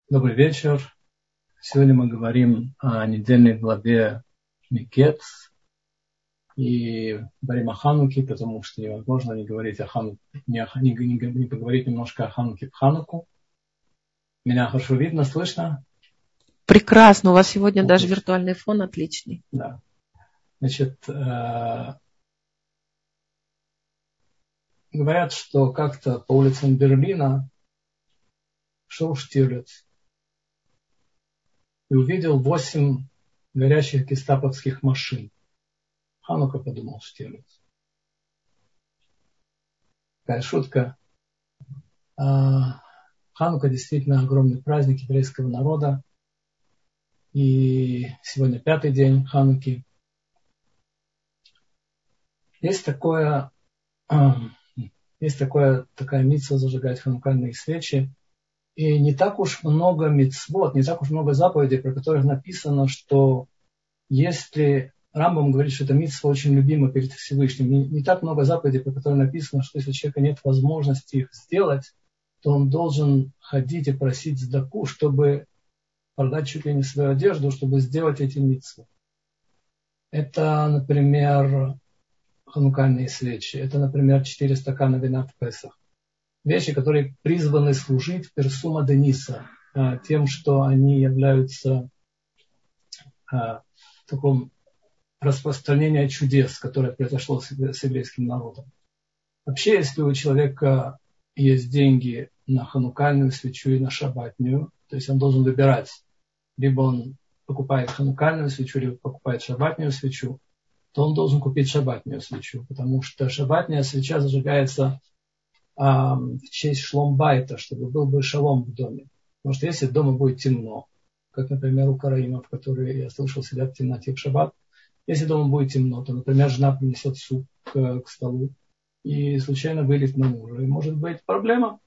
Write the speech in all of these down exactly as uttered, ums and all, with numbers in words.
Добрый вечер. Сегодня мы говорим о недельной главе Микец и говорим о Хануке, потому что невозможно не говорить о Хануке, не, о, не, не, не поговорить немножко о Хануке в Хануку. Меня хорошо видно, слышно? Прекрасно. У вас сегодня даже виртуальный фон отличный. Да. Значит, э, говорят, что как-то по улицам Берлина шел Штирлиц и увидел восемь горящих гестаповских машин. Ханука, подумал Штирлиц. Такая шутка. Ханука действительно огромный праздник еврейского народа. И сегодня пятый день Хануки. Есть такое, есть такое, такая мицва зажигать ханукальные свечи. И не так уж много мицвот, не так уж много заповедей, про которых написано, что если Рамбам говорит, что эта мицва очень любима перед Всевышним, не, не так много заповедей, про которые написано, что если у человека нет возможности их сделать, то он должен ходить и просить цдаку, чтобы продать чуть ли не свою одежду, чтобы сделать эти мицвы. Это, например, ханукальные свечи. Это, например, четыре стакана вина в Песах. Вещи, которые призваны служить персума Дениса, тем, что они являются в таком распространении чудес, которое произошло с еврейским народом. Вообще, если у человека есть деньги на ханукальную свечу и на шаббатную, то есть он должен выбирать, либо он покупает ханукальную свечу, либо покупает шаббатную свечу, то он должен купить шаббатную свечу, потому что шаббатная свеча зажигается а, в честь шломбайта, чтобы был бы шалом в доме. Потому что если дома будет темно, как, например, у караимов, которые, я слышал, сидят в темноте в шаббат, если дома будет темно, то, например, жена принесет суп к, к столу и случайно выльет на мужа. И может быть проблема.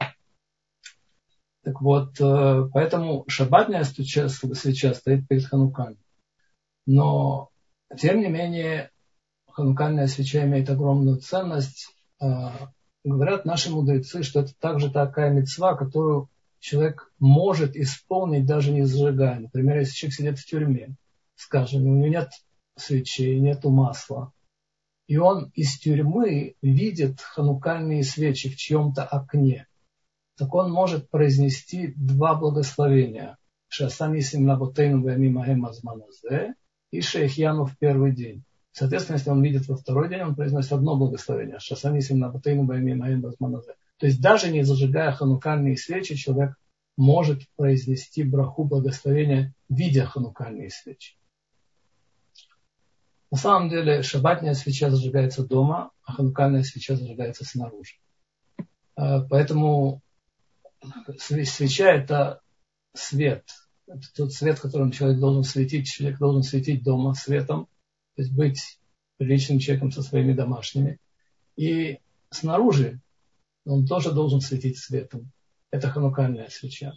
Так вот, поэтому шаббатная свеча, свеча стоит перед хануками. Но, тем не менее, ханукальная свеча имеет огромную ценность. Говорят наши мудрецы, что это также такая мицва, которую человек может исполнить, даже не зажигая. Например, если человек сидит в тюрьме, скажем, у него нет свечей, нету масла, и он из тюрьмы видит ханукальные свечи в чьем-то окне, так он может произнести два благословения. Шасанисим лаботейну веамим аэм азманазе и шейхьяну в первый день. Соответственно, если он видит во второй день, он произносит одно благословение. Шасанисим лаботейну веамим аэм азманазе. То есть даже не зажигая ханукальные свечи, человек может произнести браху благословения, видя ханукальные свечи. На самом деле шаббатная свеча зажигается дома, а ханукальная свеча зажигается снаружи. Поэтому свеча – это свет. Это тот свет, которым человек должен светить. Человек должен светить дома светом, то есть быть приличным человеком со своими домашними. И снаружи он тоже должен светить светом. Это ханукальная свеча.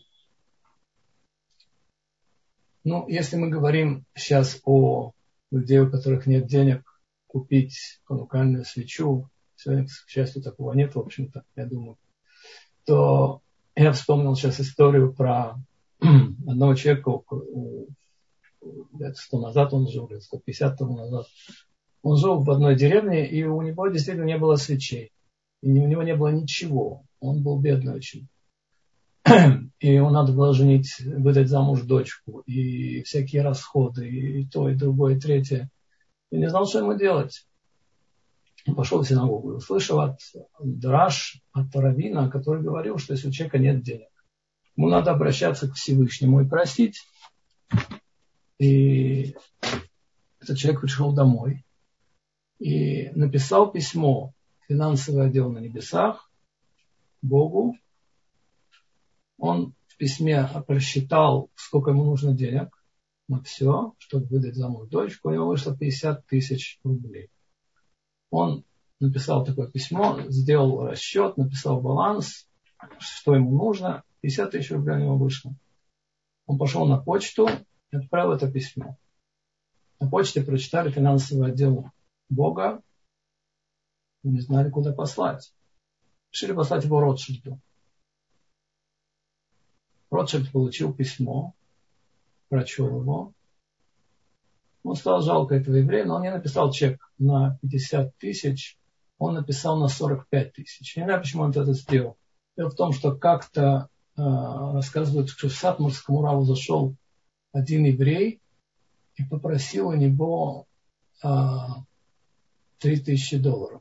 Ну, если мы говорим сейчас о людей, у которых нет денег купить ханукальную свечу, сегодня, к счастью, такого нет, в общем-то, я думаю, то я вспомнил сейчас историю про одного человека, лет сто назад он жил, лет сто пятьдесят тому назад. Он жил в одной деревне, и у него действительно не было свечей. И у него не было ничего. Он был бедный очень. И ему надо было женить, выдать замуж дочку, и всякие расходы, и то, и другое, и третье. И не знал, что ему делать. Он пошел в синагогу и услышал от драш, от раввина, который говорил, что если у человека нет денег, ему надо обращаться к Всевышнему и просить. И этот человек пришел домой и написал письмо в финансовый отдел на небесах Богу. Он в письме просчитал, сколько ему нужно денег на все, чтобы выдать замуж дочку. У него вышло пятьдесят тысяч рублей. Он написал такое письмо, сделал расчет, написал баланс, что ему нужно. пятьдесят тысяч рублей у него вышло. Он пошел на почту и отправил это письмо. На почте прочитали финансовый отдел Бога. Не знали, куда послать. Решили послать его Ротшильду. Ротшильд получил письмо, прочел его. Он стал жалко этого еврея, но он не написал чек на пятьдесят тысяч, он написал на сорок пять тысяч. Не знаю, почему он это сделал. Дело в том, что как-то э, рассказывают, что в Сатмарскому Раву зашел один еврей и попросил у него э, три тысячи долларов.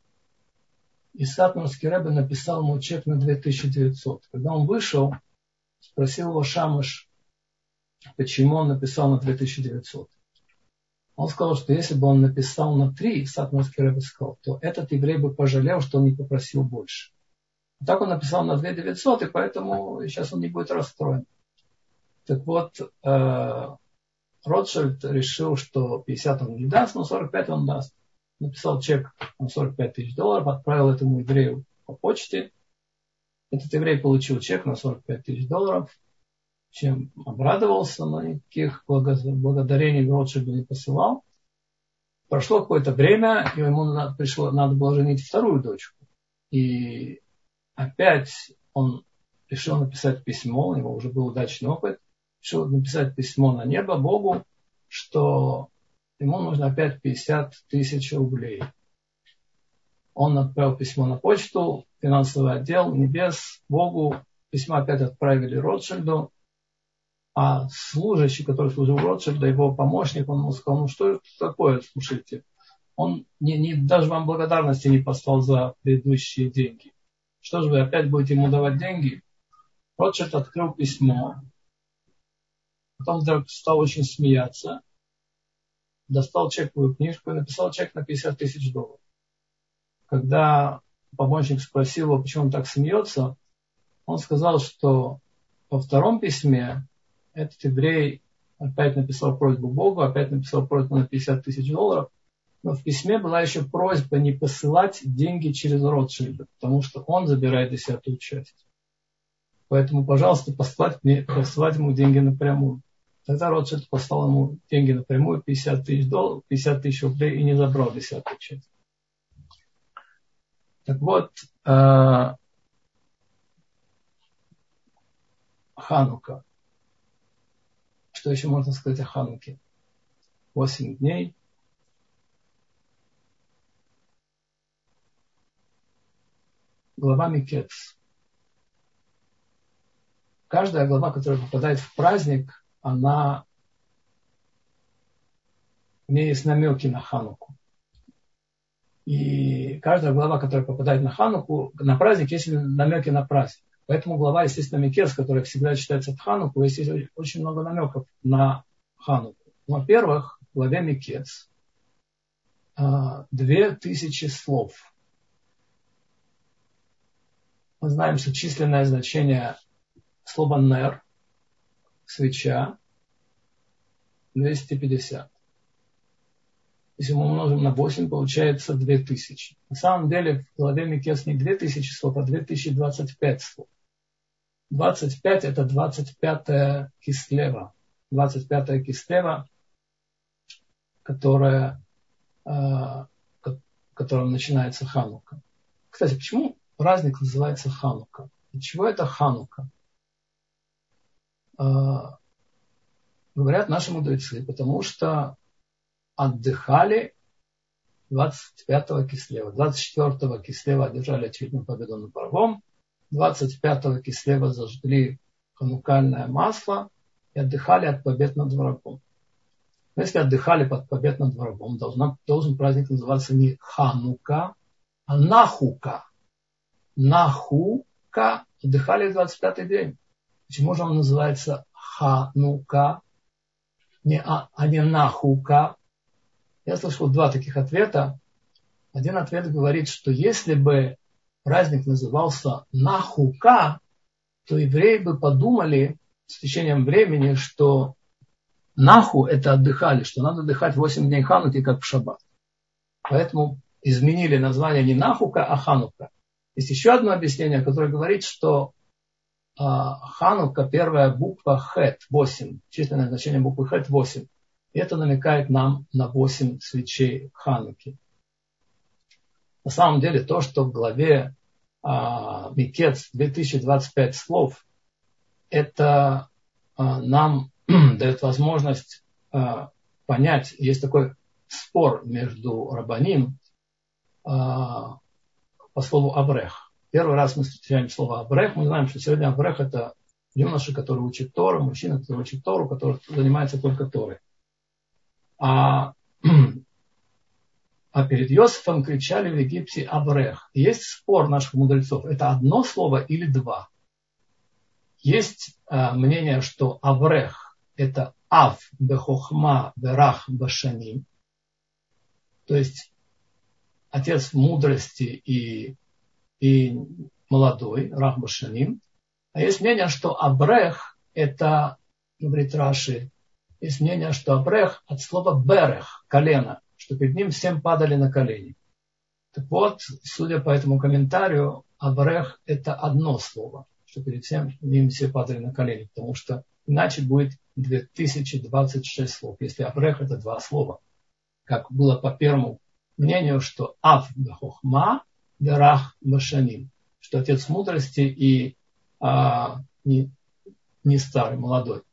И Сатмарский Ребе написал ему чек на две тысячи девятьсот. Когда он вышел, спросил его Шамыш, почему он написал на две тысячи девятьсот. Он сказал, что если бы он написал на три, Сатмарский Ребе сказал, то этот еврей бы пожалел, что он не попросил больше. А так он написал на две тысячи девятьсот, и поэтому сейчас он не будет расстроен. Так вот, э, Ротшильд решил, что пятьдесят он не даст, но сорок пять он даст. Написал чек на сорок пять тысяч долларов, отправил этому еврею по почте. Этот еврей получил чек на сорок пять тысяч долларов, чем обрадовался, но никаких благодарений Ротшильду не посылал. Прошло какое-то время, и ему надо, пришло, надо было женить вторую дочку. И опять он решил написать письмо, у него уже был удачный опыт, решил написать письмо на небо Богу, что ему нужно опять пятьдесят тысяч рублей. Он отправил письмо на почту, финансовый отдел, небес, Богу. Письмо опять отправили Ротшильду. А служащий, который служил Ротшильду, его помощник, он ему сказал, ну что это такое, слушайте. Он не, не, даже вам благодарности не послал за предыдущие деньги. Что же вы опять будете ему давать деньги? Ротшильд открыл письмо. Потом вдруг стал очень смеяться. Достал чековую книжку и написал чек на пятьдесят тысяч долларов. Когда помощник спросил его, почему он так смеется, он сказал, что во втором письме этот еврей опять написал просьбу Богу, опять написал просьбу на пятьдесят тысяч долларов, но в письме была еще просьба не посылать деньги через Ротшильда, потому что он забирает десятую часть. Поэтому, пожалуйста, послать, мне, послать ему деньги напрямую. Тогда Ротшильд послал ему деньги напрямую, пятьдесят тысяч долларов, пятьдесят тысяч рублей, и не забрал десятую часть. Так вот, э, Ханука. Что еще можно сказать о Хануке? Восемь дней. Глава Микец. Каждая глава, которая попадает в праздник, она, у нее есть намеки на Хануку. И каждая глава, которая попадает на Хануку, на праздник, есть намеки на праздник. Поэтому глава, естественно, Микец, которая всегда читается в Хануку, есть очень много намеков на Хануку. Во-первых, в главе Микец две тысячи слов. Мы знаем, что численное значение слова «нер», свеча, двести пятьдесят. Если мы умножим на восемь, получается две тысячи. На самом деле в главе Микец не две тысячи слов, а две тысячи двадцать пять слов. двадцать пять это двадцать пятое Кислева. двадцать пятое Кислева, которое, э, которым начинается Ханука. Кстати, почему праздник называется Ханука? От чего это Ханука? Э, говорят наши мудрецы, потому что отдыхали двадцать пятого Кислева. двадцать четвёртого Кислева одержали очередную победу над врагом. двадцать пятого Кислева зажгли ханукальное масло и отдыхали от побед над врагом. Но если отдыхали под побед над врагом, должна, должен праздник называться не Ханука, а Нахука. Нахука отдыхали в двадцать пятый день. Почему же он называется Ханука, не, а, а не Нахука? Я слышал два таких ответа. Один ответ говорит, что если бы праздник назывался Нахука, то евреи бы подумали с течением времени, что Наху это отдыхали, что надо отдыхать восемь дней Хануки, как в шаббат. Поэтому изменили название не Нахука, а Ханука. Есть еще одно объяснение, которое говорит, что э, Ханука, первая буква Хет, восемь, численное значение буквы Хет восемь. И это намекает нам на восемь свечей Хануки. На самом деле то, что в главе а, Микец две тысячи двадцать пять слов, это а, нам дает возможность а, понять, есть такой спор между рабаним а, по слову «абрех». Первый раз мы встречаем слово «абрех». Мы знаем, что сегодня «абрех» – это юноша, который учит Тору, мужчина, который учит Тору, который занимается только Торой. А, а перед Йосифом кричали в Египте «абрех». И есть спор наших мудрецов. Это одно слово или два? Есть а, мнение, что «абрех» – это «ав бехохма берах башаним». То есть отец в мудрости и, и молодой, рах башаним. А есть мнение, что «абрех» – это, говорит Раши, есть мнение, что «абрех» от слова «берех» – колено, что перед ним всем падали на колени. Так вот, судя по этому комментарию, «абрех» – это одно слово, что перед всем ним все падали на колени, потому что иначе будет две тысячи двадцать шесть слов, если «абрех» – это два слова, как было по первому мнению, что «ав бехохма берах башаним», что отец мудрости и а, не, не старый, молодой.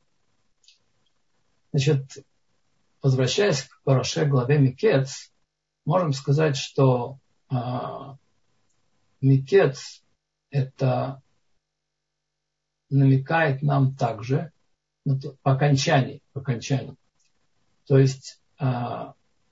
Значит, возвращаясь к параше главе Микец, можем сказать, что а, Микец это намекает нам также на то, по окончании, по окончании. То есть а,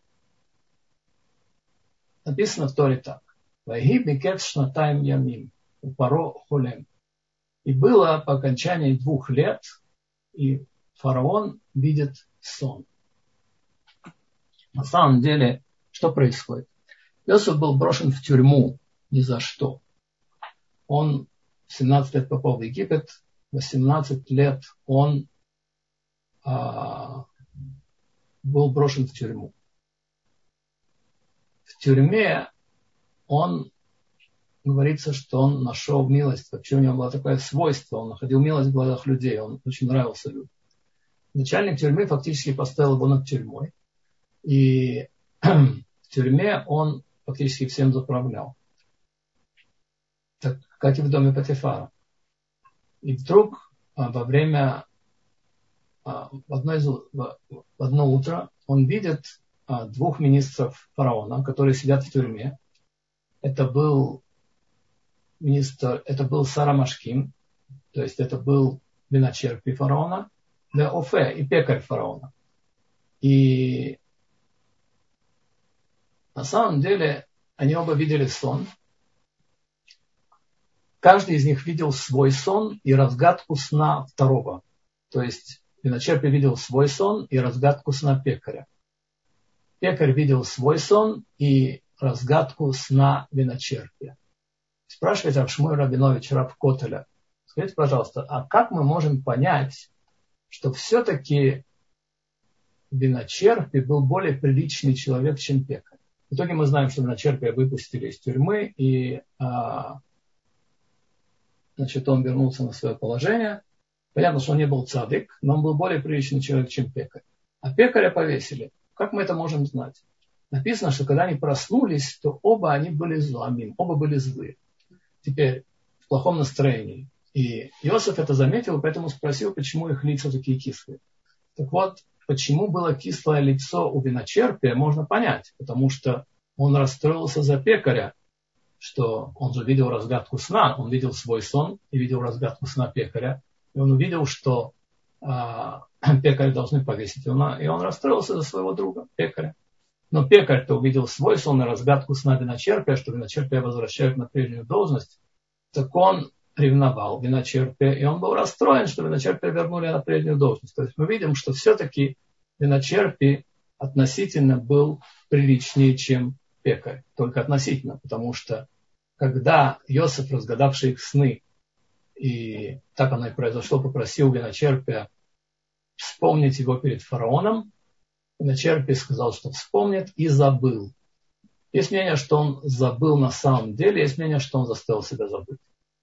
написано в Торе так: «Вайги Микец шнатаим ямим, упаро холем». И было по окончании двух лет, и фараон видит сон. На самом деле, что происходит? Йосеф был брошен в тюрьму ни за что. Он в семнадцать лет попал в Египет, в восемнадцать лет он а, был брошен в тюрьму. В тюрьме он, говорится, что он нашел милость. Вообще у него было такое свойство, он находил милость в глазах людей, он очень нравился людям. Начальник тюрьмы фактически поставил его над тюрьмой. И в тюрьме он фактически всем заправлял. Так, как и в доме Потифара. И вдруг во время, в одно, из, в одно утро он видит двух министров фараона, которые сидят в тюрьме. Это был министр, это был Сарамашким, то есть это был виночерпий фараона, Леофе и пекарь фараона. И на самом деле они оба видели сон. Каждый из них видел свой сон и разгадку сна второго. То есть виночерпий видел свой сон и разгадку сна пекаря. Пекарь видел свой сон и разгадку сна виночерпия. Спрашивает Рав Шмуэль Рабинович Рав Котеля: скажите, пожалуйста, а как мы можем понять, что все-таки виночерпий был более приличный человек, чем пекарь? В итоге мы знаем, что виночерпия выпустили из тюрьмы, и а, значит, он вернулся на свое положение. Понятно, что он не был цадык, но он был более приличный человек, чем пекарь. А пекаря повесили. Как мы это можем знать? Написано, что когда они проснулись, то оба они были злыми, оба были злые. Теперь в плохом настроении. И Йосеф это заметил, поэтому спросил, почему их лица такие кислые. Так вот, почему было кислое лицо у виночерпия, можно понять. Потому что он расстроился за пекаря, что он же видел разгадку сна. Он видел свой сон и видел разгадку сна пекаря. И он увидел, что а, пекаря должны повесить. И он, и он расстроился за своего друга, пекаря. Но пекарь-то увидел свой сон и разгадку сна виночерпия, что виночерпия возвращают на прежнюю должность. Так он ревновал виночерпия, и он был расстроен, что виночерпия вернули на прежнюю должность. То есть мы видим, что все-таки виночерпий относительно был приличнее, чем пекарь. Только относительно, потому что когда Йосеф, разгадавший их сны, и так оно и произошло, попросил виночерпия вспомнить его перед фараоном, виночерпий сказал, что вспомнит, и забыл. Есть мнение, что он забыл на самом деле, есть мнение, что он заставил себя забыть.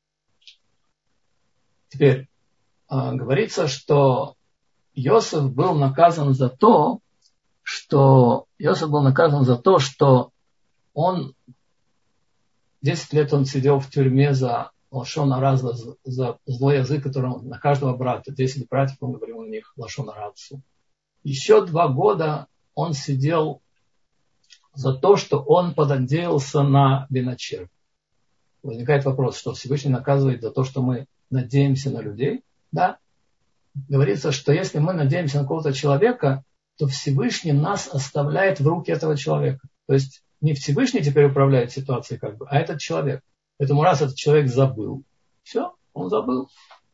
Теперь э, говорится, что Йосеф был наказан за то, что Йосеф был наказан за то, что он десять лет он сидел в тюрьме за лашон ара за, за злой язык, который он, на каждого брата, десять братьев, он говорил на них лашон ара отцу. Еще два года он сидел за то, что он понадеялся на виночерпие. Возникает вопрос, что Всевышний наказывает за то, что мы надеемся на людей. Да, говорится, что если мы надеемся на какого-то человека, то Всевышний нас оставляет в руки этого человека. То есть не Всевышний теперь управляет ситуацией, как бы, а этот человек. Поэтому раз этот человек забыл, все, он забыл.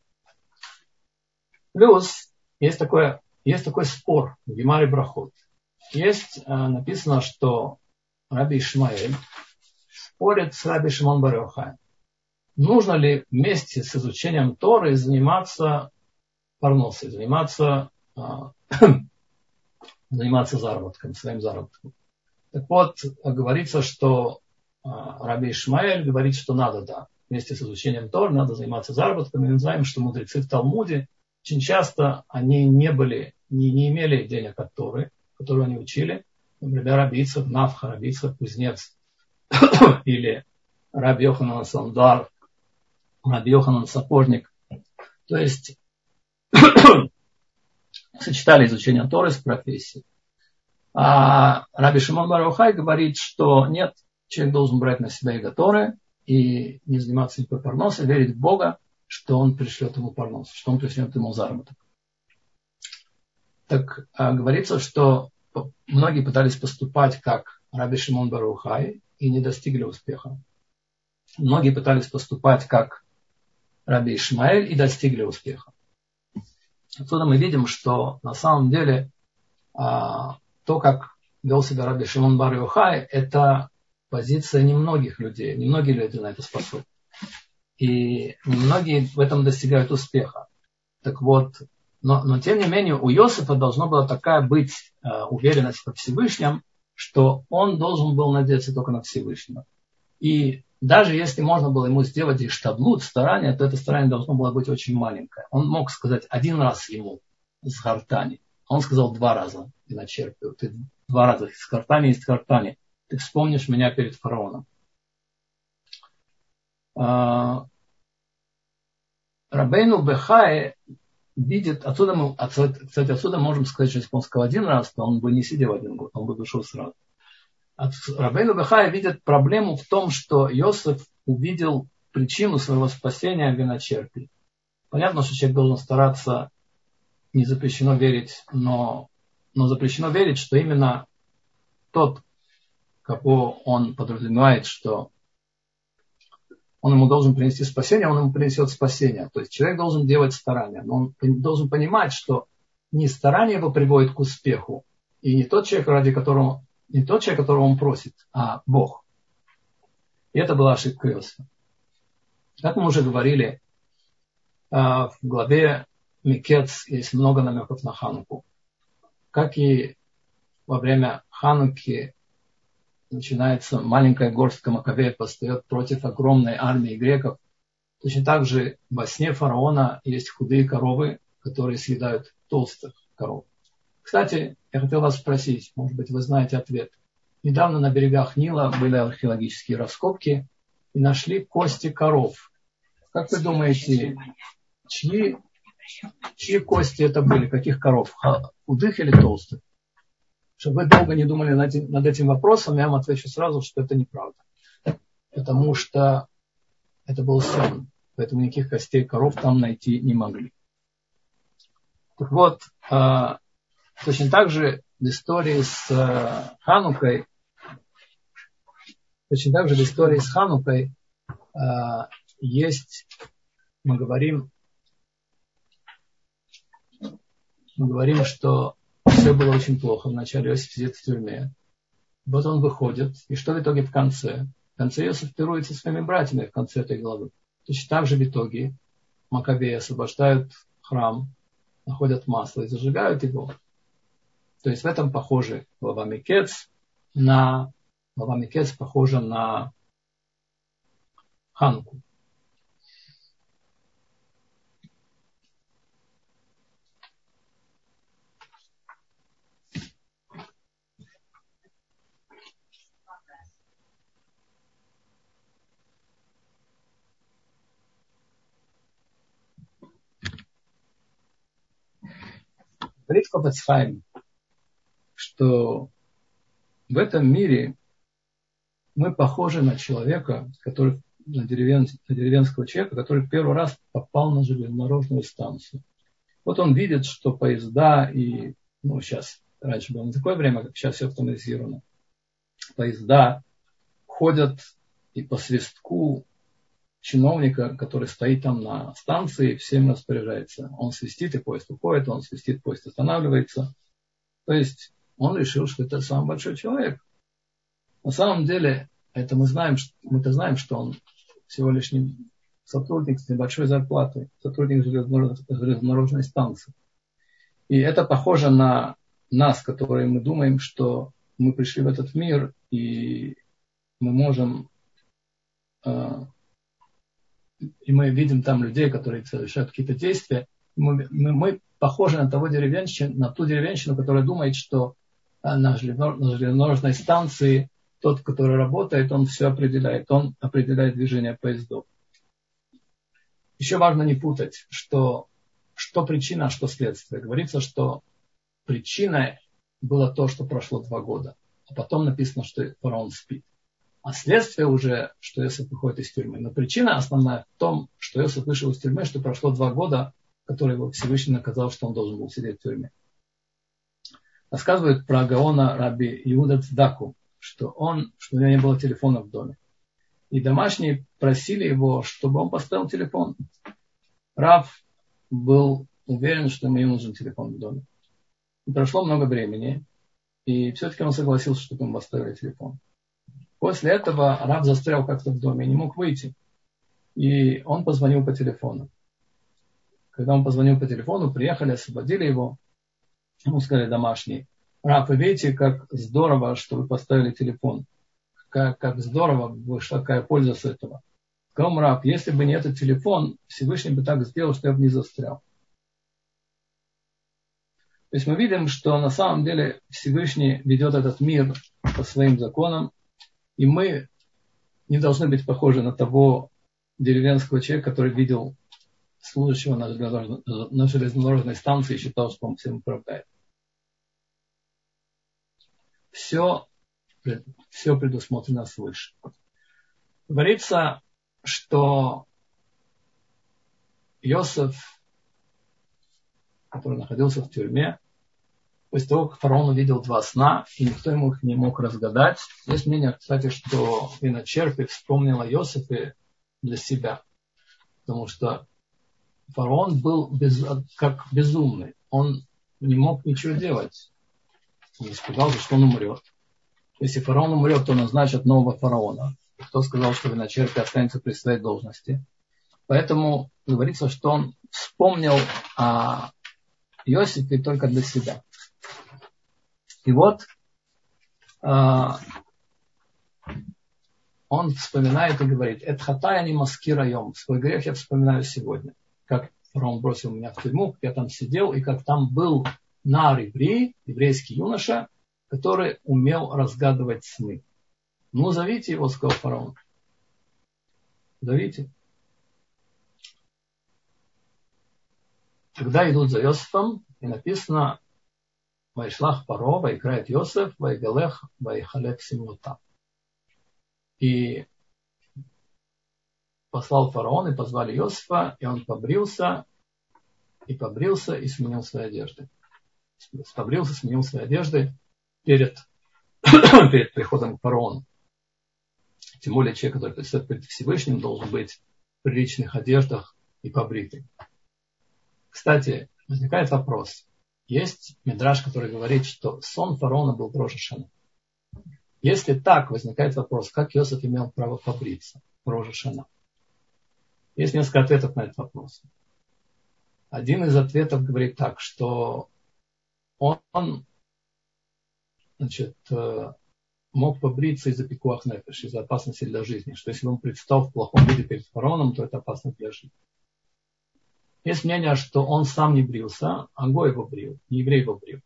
Плюс есть, такое, есть такой спор в Гемаре Брахот. Есть э, написано, что Раби Ишмаэль спорит с Раби Шимон бар Йохай. Нужно ли вместе с изучением Торы заниматься парносой, заниматься, э, заниматься заработком, своим заработком. Так вот, говорится, что э, Раби Ишмаэль говорит, что надо, да, вместе с изучением Торы надо заниматься заработком. И мы знаем, что мудрецы в Талмуде очень часто они не были, не, не имели денег от Торы, которую они учили. Например, Раби Ицхак Навха, Раби Ицхак Кузнец или Раби Йоханан Сандар, Раби Йоханан Сапожник. То есть сочетали изучение Торы с профессией. А Раби Шимон бар Йохай говорит, что нет, человек должен брать на себя иго Торы и не заниматься никакой парносой, верить в Бога, что Он пришлет ему парнос, что Он пришлет ему заработок. Так а, говорится, что многие пытались поступать как Раби Шимон бар Йохай и не достигли успеха. Многие пытались поступать как Раби Ишмаэль и достигли успеха. Отсюда мы видим, что на самом деле а, то, как вел себя Раби Шимон бар Йохай, это позиция немногих людей. Немногие люди на это способны. И немногие в этом достигают успеха. Так вот, но, но тем не менее у Йосефа должна была такая быть э, уверенность во Всевышнем, что он должен был надеяться только на Всевышнего. И даже если можно было ему сделать иштадлут, старание, то это старание должно было быть очень маленькое. Он мог сказать один раз ему с гортани, а он сказал два раза виночерпию. Ты два раза из гортани, из гортани. Ты вспомнишь меня перед фараоном. Рабейну Бехай видит, отсюда мы, кстати, отсюда можем сказать, что если бы он сказал один раз, то он бы не сидел один год, он бы вышел сразу. Рабейну Бехай видит проблему в том, что Йосеф увидел причину своего спасения в виночерпии. Понятно, что человек должен стараться, не запрещено верить, но, но запрещено верить, что именно тот, кого он подразумевает, что он ему должен принести спасение, он ему принесет спасение. То есть человек должен делать старания, но он должен понимать, что не старание его приводит к успеху, и не тот человек, ради которого, не тот человек, которого он просит, а Бог. И это была ошибка Иосифа. Как мы уже говорили, в главе Микец есть много намеков на Хануку. Как и во время Хануки начинается маленькая горстка Маккавеев восстает против огромной армии греков. Точно так же во сне фараона есть худые коровы, которые съедают толстых коров. Кстати, я хотел вас спросить, может быть, вы знаете ответ. Недавно на берегах Нила были археологические раскопки и нашли кости коров. Как вы думаете, чьи, чьи кости это были? Каких коров? Худых или толстых? Чтобы вы долго не думали над, над этим вопросом, я вам отвечу сразу, что это неправда. Потому что это был сон, поэтому никаких костей коров там найти не могли. Так вот, э, точно так же в истории с э, Ханукой, точно так же в истории с Ханукой э, есть, мы говорим, мы говорим, что все было очень плохо. Вначале Иосиф сидит в тюрьме. Вот он выходит. И что в итоге в конце? В конце Иосиф пирует со своими братьями в конце этой главы. Точно так же в итоге Маккабеи освобождают храм, находят масло и зажигают его. То есть в этом похоже глава Микец на... Глава Микец похожа на Хануку. Говорит Хафец Хаим, что в этом мире мы похожи на человека, который, на, деревен, на деревенского человека, который первый раз попал на железнодорожную станцию. Вот он видит, что поезда и, ну, сейчас, раньше было не такое время, как сейчас все автоматизировано, поезда ходят и по свистку чиновника, который стоит там на станции, всем распоряжается. Он свистит, и поезд уходит, он свистит, поезд останавливается. То есть он решил, что это самый большой человек. На самом деле, это мы знаем, мы-то знаем, что он всего лишь не сотрудник с небольшой зарплатой, сотрудник железнодорожной станции. И это похоже на нас, которые мы думаем, что мы пришли в этот мир, и мы можем, э, и мы видим там людей, которые совершают какие-то действия. Мы, мы, мы похожи на того деревенщину, на ту деревенщину, которая думает, что на железнодорожной станции тот, который работает, он все определяет, он определяет движение поездов. Еще важно не путать, что, что причина, а что следствие. Говорится, что причиной было то, что прошло два года, а потом написано, что фараон спит. А следствие уже, что Иосиф выходит из тюрьмы. Но причина основная в том, что Иосиф вышел из тюрьмы, что прошло два года, которые его Всевышний наказал, что он должен был сидеть в тюрьме. Рассказывают про Гаона раби Иуда Цдаку, что, он, что у него не было телефона в доме. И домашние просили его, чтобы он поставил телефон. Рав был уверен, что ему нужен телефон в доме. И прошло много времени, и все-таки он согласился, чтобы ему поставили телефон. После этого Рав застрял как-то в доме и не мог выйти. И он позвонил по телефону. Когда он позвонил по телефону, приехали, освободили его. Ему сказали домашние: Рав, вы видите, как здорово, что вы поставили телефон. Как, как здорово, вышла какая польза с этого. Сказал Рав: если бы не этот телефон, Всевышний бы так сделал, что я бы не застрял. То есть мы видим, что на самом деле Всевышний ведет этот мир по своим законам, и мы не должны быть похожи на того деревенского человека, который видел служащего на железнодорожной, на железнодорожной станции и считал, что он всем управляет. Все, все предусмотрено свыше. Говорится, что Иосиф, который находился в тюрьме, после того, как фараон увидел два сна, и никто ему их не мог разгадать. Есть мнение, кстати, что виночерпий вспомнил о Иосифе для себя. Потому что фараон был без, как безумный. Он не мог ничего делать. Он испугался, что он умрет. Если фараон умрет, то назначат нового фараона. Кто сказал, что виночерпий останется при своей должности? Поэтому говорится, что он вспомнил о Иосифе только для себя. И вот э, он вспоминает и говорит: «Эт хатай ани маскираем». Свой грех я вспоминаю сегодня. Как фараон бросил меня в тюрьму, как я там сидел, и как там был нар еврей, еврейский юноша, который умел разгадывать сны. Ну, зовите его, сказал фараон. Зовите. Когда идут за Иосифом, и написано: «Вайшлах паро, вайкрает Йосеф, вайгалех, вайхалек симута». И послал фараон, и позвали Иосифа, и он побрился, и побрился, и сменил свои одежды. Побрился, сменил свои одежды перед, перед приходом к фараону. Тем более человек, который предстает перед Всевышним, должен быть в приличных одеждах и побритый. Кстати, возникает вопрос. Есть мидраш, который говорит, что сон фараона был в Рош ха-Шана. Если так, возникает вопрос, как Иосиф имел право побриться в Рош ха-Шана? Есть несколько ответов на этот вопрос. Один из ответов говорит так, что он, значит, мог побриться из-за пикуах нефеш, из-за опасности для жизни, что если он предстал в плохом виде перед фараоном, то это опасно для жизни. Есть мнение, что он сам не брился, а Гой его брил, не еврей его брил.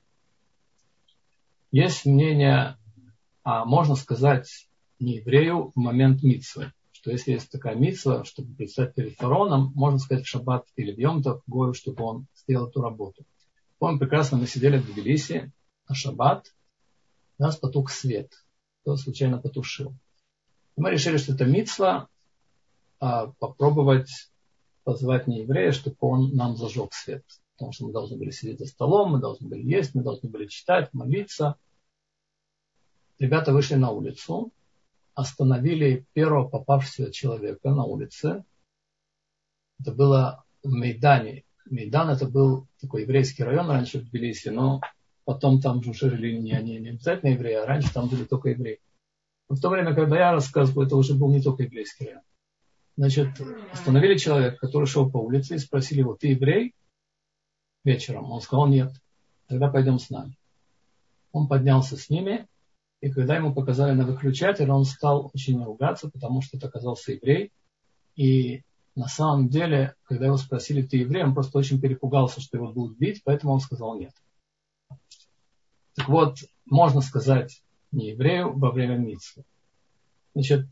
Есть мнение, а можно сказать не еврею в момент мицвы, что если есть такая мицва, чтобы предстать перед фараоном, можно сказать в шаббат или в йом тов Гою, чтобы он сделал эту работу. Помню, прекрасно мы сидели в Тбилиси на шаббат, у нас потух свет. Кто случайно потушил. И мы решили, что это мицва, а попробовать позвать нееврея, чтобы он нам зажег свет. Потому что мы должны были сидеть за столом, мы должны были есть, мы должны были читать, молиться. Ребята вышли на улицу, остановили первого попавшегося человека на улице. Это было в Мейдане. Мейдан это был такой еврейский район раньше в Тбилиси, но потом там уже жили не они, не обязательно евреи, а раньше там жили только евреи. Но в то время, когда я рассказываю, это уже был не только еврейский район. Значит, остановили человека, который шел по улице, и спросили его: ты еврей? Вечером. Он сказал: нет. Тогда пойдем с нами. Он поднялся с ними, и когда ему показали на выключатель, он стал очень ругаться, потому что это оказался еврей. И на самом деле, когда его спросили: ты еврей? Он просто очень перепугался, что его будут бить, поэтому он сказал: нет. Так вот, можно сказать не еврею во время мицвы. Значит,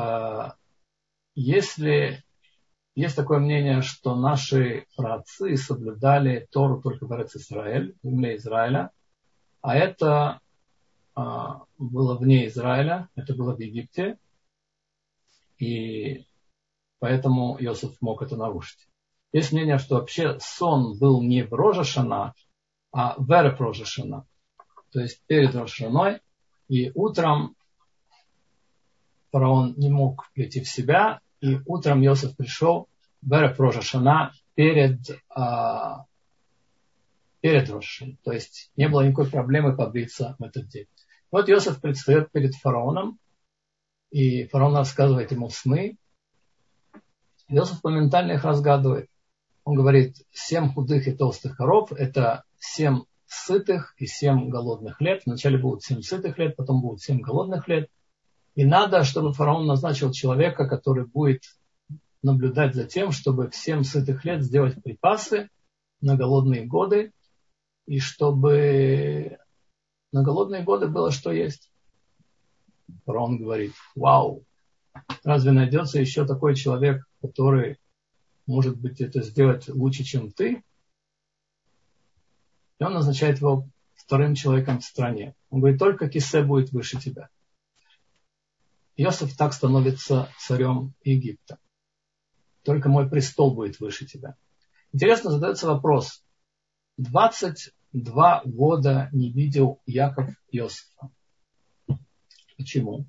если есть такое мнение, что наши праотцы соблюдали Тору только в Эрец-Исраэль, в земле Израиля, а это а, было вне Израиля, это было в Египте, и поэтому Иосиф мог это нарушить. Есть мнение, что вообще сон был не в Рош ха-Шана, а в Эрев Рош ха-Шана, то есть перед Рош ха-Шаной, и утром фараон не мог прийти в себя, и утром Иосиф пришел в Эрев Рош ха-Шана перед, а, перед Рош ха-Шаной. То есть не было никакой проблемы побриться в этот день. Вот Иосиф предстает перед фараоном, и фараон рассказывает ему сны. Иосиф моментально их разгадывает. Он говорит: семь худых и толстых коров – это семь сытых и семь голодных лет. Вначале будут семь сытых лет, потом будут семь голодных лет. И надо, чтобы фараон назначил человека, который будет наблюдать за тем, чтобы в семь сытых лет сделать припасы на голодные годы, и чтобы на голодные годы было что есть. Фараон говорит: вау, разве найдется еще такой человек, который может быть это сделать лучше, чем ты? И он назначает его вторым человеком в стране. Он говорит: только Кисе будет выше тебя. Иосиф так становится царем Египта. Только мой престол будет выше тебя. Интересно, задается вопрос. двадцать два года не видел Яков Иосифа. Почему?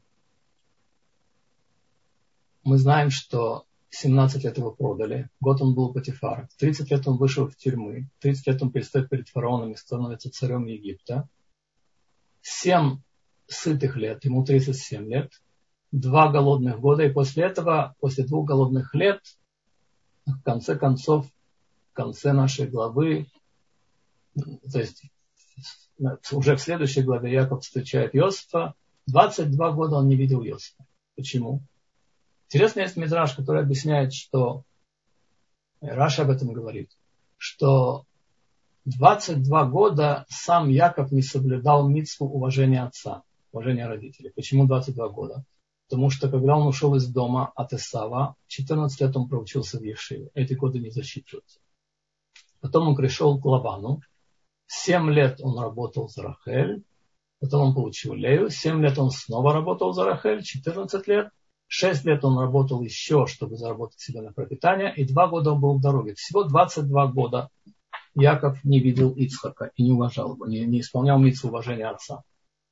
Мы знаем, что семнадцать лет его продали. Год он был Потифар. тридцать лет он вышел в тюрьмы. тридцать лет он предстает перед фараоном и становится царем Египта. семь сытых лет, ему тридцать семь лет. Два голодных года, и после этого, после двух голодных лет, в конце концов, в конце нашей главы, то есть уже в следующей главе Яков встречает Иосифа, двадцать два года он не видел Иосифа. Почему? Интересно, есть мидраш, который объясняет, что, Раша об этом говорит, что двадцать два года сам Яков не соблюдал мицву уважения отца, уважения родителей. Почему двадцать два года? Потому что когда он ушел из дома от Эсава, четырнадцать лет он проучился в Ешиве. Эти годы не засчитываются. Потом он пришел к Лавану. семь лет он работал за Рахель. Потом он получил Лею. семь лет он снова работал за Рахель. четырнадцать лет. шесть лет он работал еще, чтобы заработать себе на пропитание. И два года он был в дороге. Всего двадцать два года Яков не видел Ицхака и не уважал его, не, не исполнял мицву уважения отца.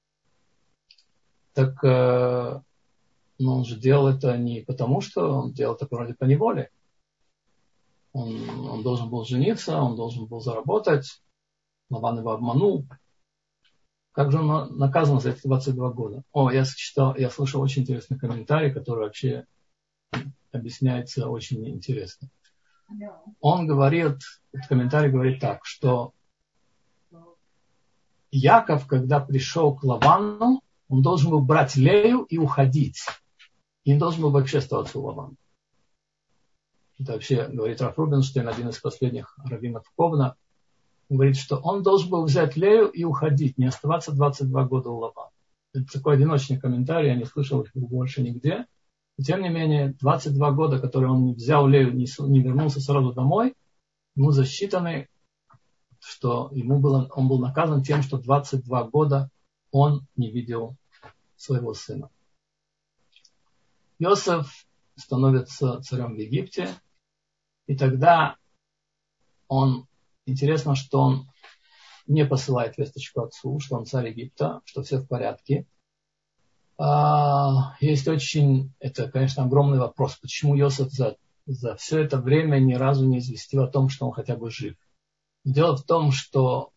Так... Но он же делал это не потому, что он делал это вроде по неволе. Он, он должен был жениться, он должен был заработать. Лаван его обманул. Как же он наказан за эти двадцать два года? О, я читал, я слышал очень интересный комментарий, который вообще объясняется очень интересно. Он говорит, этот комментарий говорит так, что Яков, когда пришел к Лавану, он должен был брать Лею и уходить. И не должен был вообще оставаться у Лавана. Это вообще говорит Раф Рубинштейн, один из последних раввинов Ковна. Он говорит, что он должен был взять Лею и уходить, не оставаться двадцать два года у Лавана. Это такой одиночный комментарий, я не слышал их больше нигде. Но тем не менее, двадцать два года, которые он не взял Лею, не, не вернулся сразу домой, ему засчитаны что ему было, он был наказан тем, что двадцать два года он не видел своего сына. Йосеф становится царем в Египте, и тогда он, интересно, что он не посылает весточку отцу, что он царь Египта, что все в порядке. А, есть очень, это, конечно, огромный вопрос, почему Йосеф за, за все это время ни разу не известил о том, что он хотя бы жив. Дело в том, что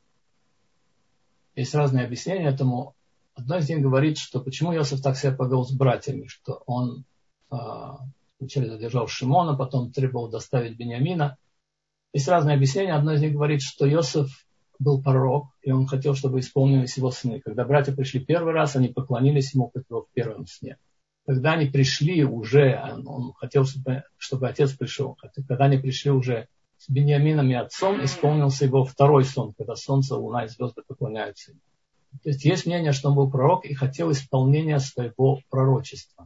есть разные объяснения этому. Одно из них говорит, что почему Йосеф так себя повел с братьями, что он а, вначале задержал Шимона, потом требовал доставить Биньямина. Есть разные объяснения. Одно из них говорит, что Йосеф был пророк, и он хотел, чтобы исполнились его сны. Когда братья пришли первый раз, они поклонились ему, как его в первом сне. Когда они пришли уже, он хотел, чтобы, чтобы отец пришел. Когда они пришли уже с Биньямином и отцом, исполнился его второй сон, когда солнце, луна и звезды поклоняются ему. То есть есть мнение, что он был пророк и хотел исполнения своего пророчества.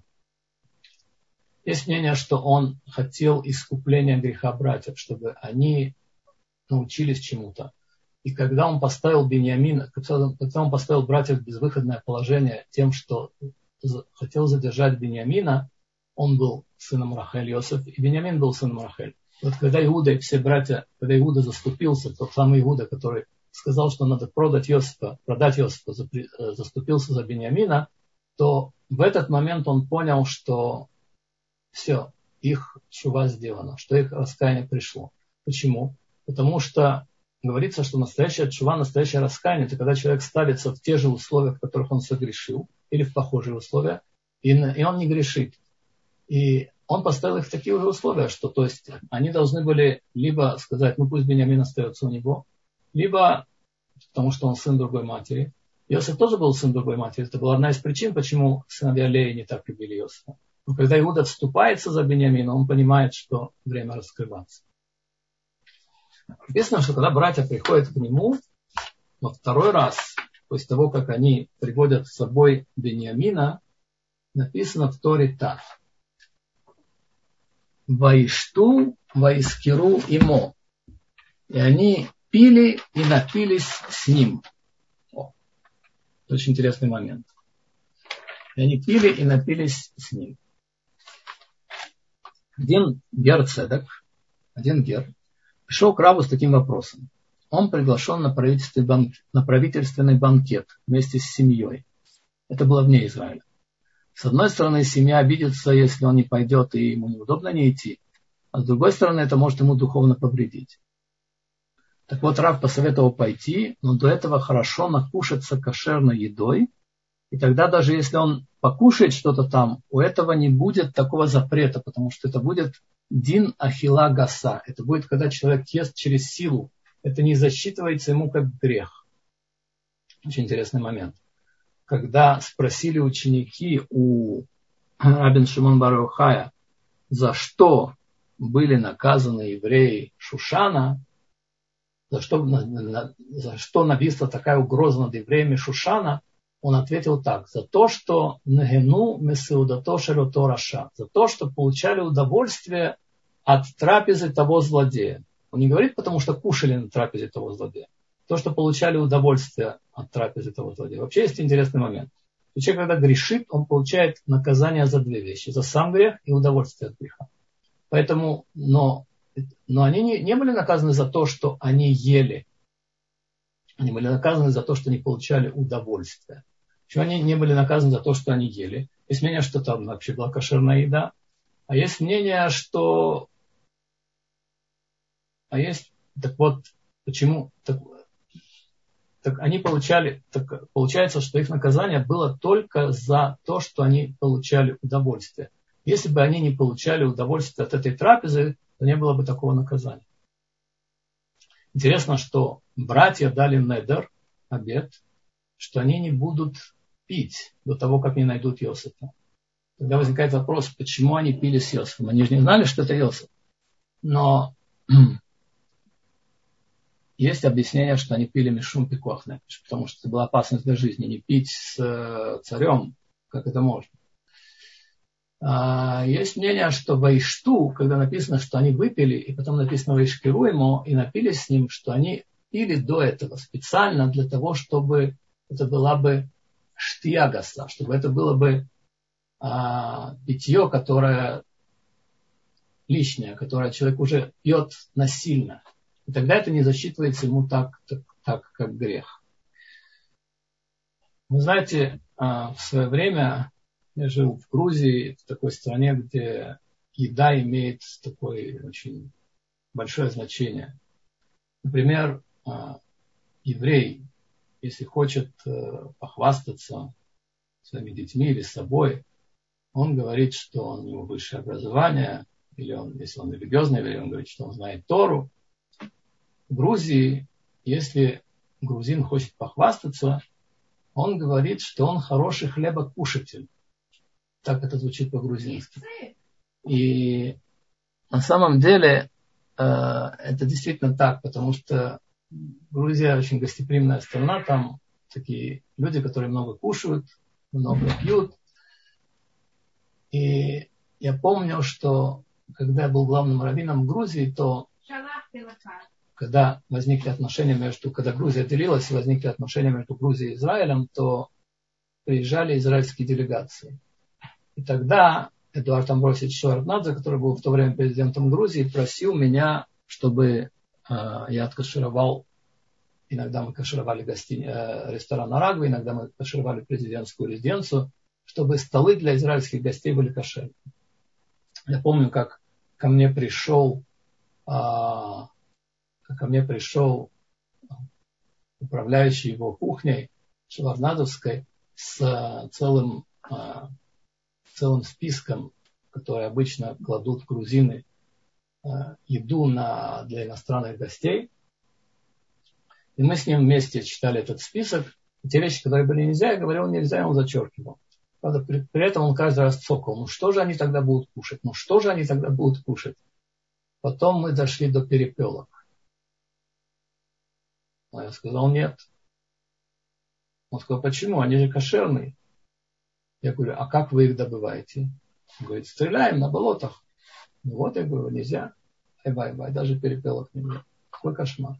Есть мнение, что он хотел искупления греха братьев, чтобы они научились чему-то. И когда он поставил Биньямина, когда он поставил братьев в безвыходное положение тем, что хотел задержать Биньямина, он был сыном Рахель Йосеф, и Биньямин был сыном Рахель. Вот когда Иуда и все братья, когда Иуда заступился, тот самый Иуда, который сказал, что надо продать Йосефа, продать Йосефа, заступился за Биньямина, то в этот момент он понял, что все, их тшува сделана, что их раскаяние пришло. Почему? Потому что говорится, что настоящая тшува, настоящее раскаяние, это когда человек ставится в те же условия, в которых он согрешил, или в похожие условия, и, и он не грешит. И он поставил их в такие же условия, что, то есть, они должны были либо сказать, ну пусть Биньямин остается у него, либо, потому что он сын другой матери. Йосеф тоже был сын другой матери. Это была одна из причин, почему сыновья Леи не так любили Йосефа. Но когда Иуда вступается за Биньямина, он понимает, что время раскрываться. Написано, что когда братья приходят к нему, во второй раз, после того, как они приводят с собой Биньямина, написано в Торе так. Ваишту, ваискиру имо. И они пили и напились с ним. О, очень интересный момент. И они пили и напились с ним. Один гер Цедек, один гер, пришел к рабу с таким вопросом. Он приглашен на правительственный, банк, на правительственный банкет вместе с семьей. Это было вне Израиля. С одной стороны, семья обидится, если он не пойдет, и ему неудобно не идти. А с другой стороны, это может ему духовно повредить. Так вот, рав посоветовал пойти, но до этого хорошо накушаться кошерной едой. И тогда даже если он покушает что-то там, у этого не будет такого запрета, потому что это будет дин ахила гаса. Это будет, когда человек ест через силу. Это не засчитывается ему как грех. Очень интересный момент. Когда спросили ученики у Рабин Шимон бар Йохая, за что были наказаны евреи Шушана, за что, за что нависла такая угроза над евреями Шушана, он ответил так: за то, что нагену месеудато шелото раша, за то, что получали удовольствие от трапезы того злодея. Он не говорит, потому что кушали на трапезе того злодея. То, что получали удовольствие от трапезы того злодея. Вообще есть интересный момент. Человек, когда грешит, он получает наказание за две вещи. За сам грех и удовольствие от греха. Поэтому, но, но они не, не были наказаны за то, что они ели. Они были наказаны за то, что они получали удовольствие. Почему они не были наказаны за то, что они ели? Есть мнение, что там вообще была кошерная еда. А есть мнение, что... А есть... Так вот, почему... Так, так они получали... Так получается, что их наказание было только за то, что они получали удовольствие. Если бы они не получали удовольствие от этой трапезы, то не было бы такого наказания. Интересно, что братья дали недер, обет, что они не будут пить до того, как не найдут Йосефа. Тогда возникает вопрос, почему они пили с Йосефом. Они же не знали, что это Йосеф. Но есть объяснение, что они пили мишум пикуах нефеш, потому что это была опасность для жизни. Не пить с царем, как это можно. Есть мнение, что ваишту, когда написано, что они выпили, и потом написано ваишкиру ему, и напились с ним, что они пили до этого специально для того, чтобы это была бы штия гаса, чтобы это было бы а, питье, которое лишнее, которое человек уже пьет насильно. И тогда это не засчитывается ему так, так, так как грех. Вы знаете, а, в свое время я жил в Грузии, в такой стране, где еда имеет такое очень большое значение. Например, еврей, если хочет похвастаться своими детьми или собой, он говорит, что у него высшее образование, или он, если он религиозный еврей, он говорит, что он знает Тору. В Грузии, если грузин хочет похвастаться, он говорит, что он хороший хлебокушатель. Так это звучит по-грузински. И на самом деле это действительно так, потому что Грузия очень гостеприимная страна, там такие люди, которые много кушают, много пьют. И я помню, что когда я был главным раввином в Грузии, то когда возникли отношения между, когда Грузия делилась и возникли отношения между Грузией и Израилем, то приезжали израильские делегации. И тогда Эдуард Амбросович Шеварднадзе, который был в то время президентом Грузии, просил меня, чтобы э, я откашировал, иногда мы кашировали гостини, э, ресторан «Арагва», иногда мы кашировали президентскую резиденцию, чтобы столы для израильских гостей были кошерны. Я помню, как ко мне пришел, э, как ко мне пришел управляющий его кухней Шеварднадзевской с целым э, целым списком, который обычно кладут грузины, э, еду на, для иностранных гостей. И мы с ним вместе читали этот список. И те вещи, которые были нельзя, я говорил нельзя, и он зачеркивал. Правда, при, при этом он каждый раз цокал. Ну что же они тогда будут кушать? Ну что же они тогда будут кушать? Потом мы дошли до перепелок. А я сказал нет. Он сказал, почему? Они же кошерные. Я говорю, а как вы их добываете? Он говорит, стреляем на болотах. Ну вот, я говорю, нельзя. Ай-бай-бай, даже перепелок нельзя. Какой кошмар.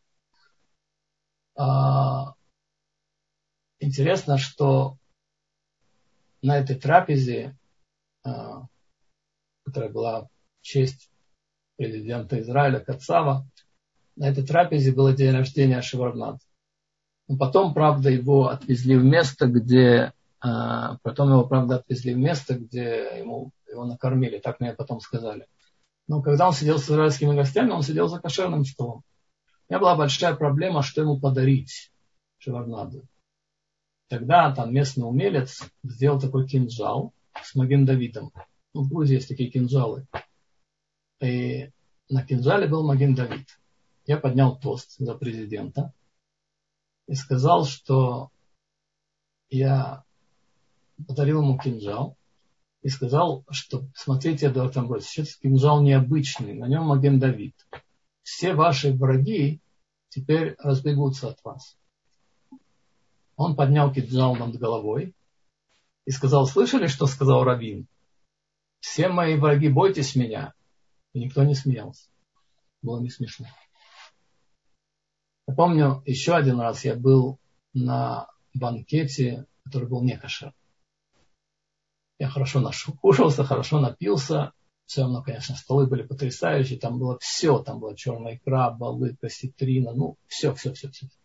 А, интересно, что на этой трапезе, а, которая была в честь президента Израиля Кацава, на этой трапезе было день рождения Шеварднадзе. Но потом, правда, его отвезли в место, где Потом его, правда, отвезли в место, где ему, его накормили, так мне потом сказали. Но когда он сидел с израильскими гостями, он сидел за кошерным столом. У меня была большая проблема, что ему подарить Шеварднадзе. Тогда там местный умелец сделал такой кинжал с Маген-Давидом. Ну, в Грузии есть такие кинжалы. И на кинжале был Маген-Давид. Я поднял тост за президента и сказал, что я подарил ему кинжал и сказал, что смотрите, Эдуард Амбросович, этот кинжал необычный, на нем Маген-Давид. Все ваши враги теперь разбегутся от вас. Он поднял кинжал над головой и сказал, слышали, что сказал раввин? Все мои враги, бойтесь меня. И никто не смеялся. Было не смешно. Я помню, еще один раз я был на банкете, который был не кошер. Я хорошо накушался, хорошо напился. Все равно, конечно, столы были потрясающие. Там было все. Там была черная икра, балык, осетрина. Ну, все, все, все, все.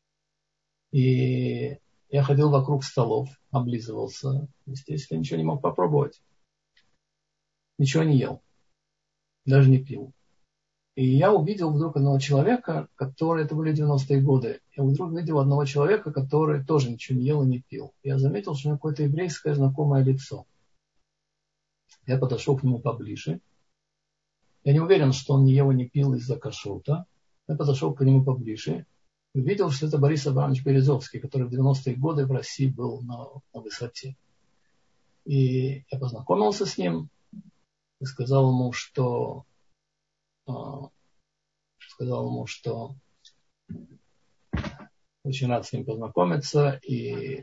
И я ходил вокруг столов, облизывался. Естественно, ничего не мог попробовать. Ничего не ел. Даже не пил. И я увидел вдруг одного человека, который, это были девяностые годы, я вдруг увидел одного человека, который тоже ничего не ел и не пил. Я заметил, что у него какое-то еврейское знакомое лицо. Я подошел к нему поближе. Я не уверен, что он не ел и не пил из-за кашрута. Я подошел к нему поближе. И увидел, что это Борис Абрамович Березовский, который в девяностые годы в России был на, на высоте. И я познакомился с ним и сказал ему, что сказал ему, что очень рад с ним познакомиться. И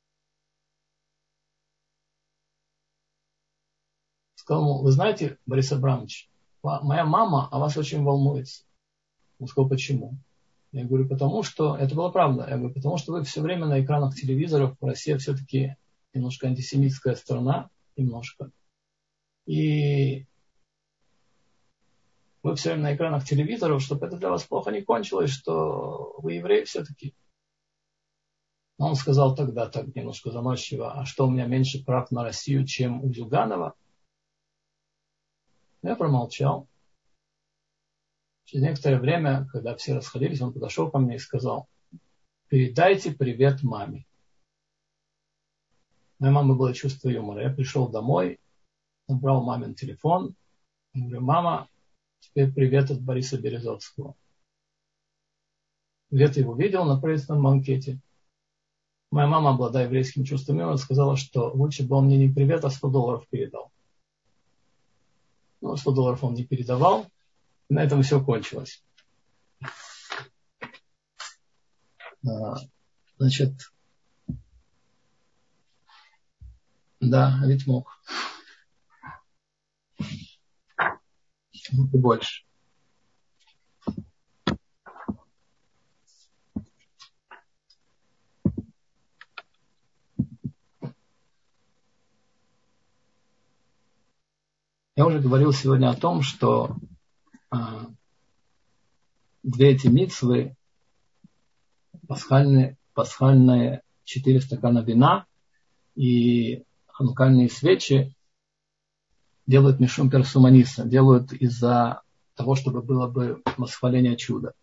сказал ему, вы знаете, Борис Абрамович, моя мама о вас очень волнуется. Он сказал, почему? Я говорю, потому что, это была правда, я говорю, потому что вы все время на экранах телевизоров, Россия все-таки немножко антисемитская страна, немножко. И вы все время на экранах телевизоров, чтобы это для вас плохо не кончилось, что вы евреи все-таки. Он сказал тогда так немножко заманчиво, а что у меня меньше прав на Россию, чем у Зюганова? Я промолчал. Через некоторое время, когда все расходились, он подошел ко мне и сказал, передайте привет маме. Моя мама была чувство юмора. Я пришел домой, набрал мамин телефон, и говорю, мама, теперь привет от Бориса Березовского. Где-то его видел на правительственном банкете. Моя мама, обладая еврейским чувством юмора, сказала, что лучше бы он мне не привет, а сто долларов передал. Но сто долларов он не передавал. И на этом все кончилось. Значит, да, ведь мог. И больше. Я уже говорил сегодня о том, что а, две эти мицвы, пасхальные, пасхальные четыре стакана вина и ханукальные свечи делают мишум персуманиса, делают из-за того, чтобы было бы восхваление чуда.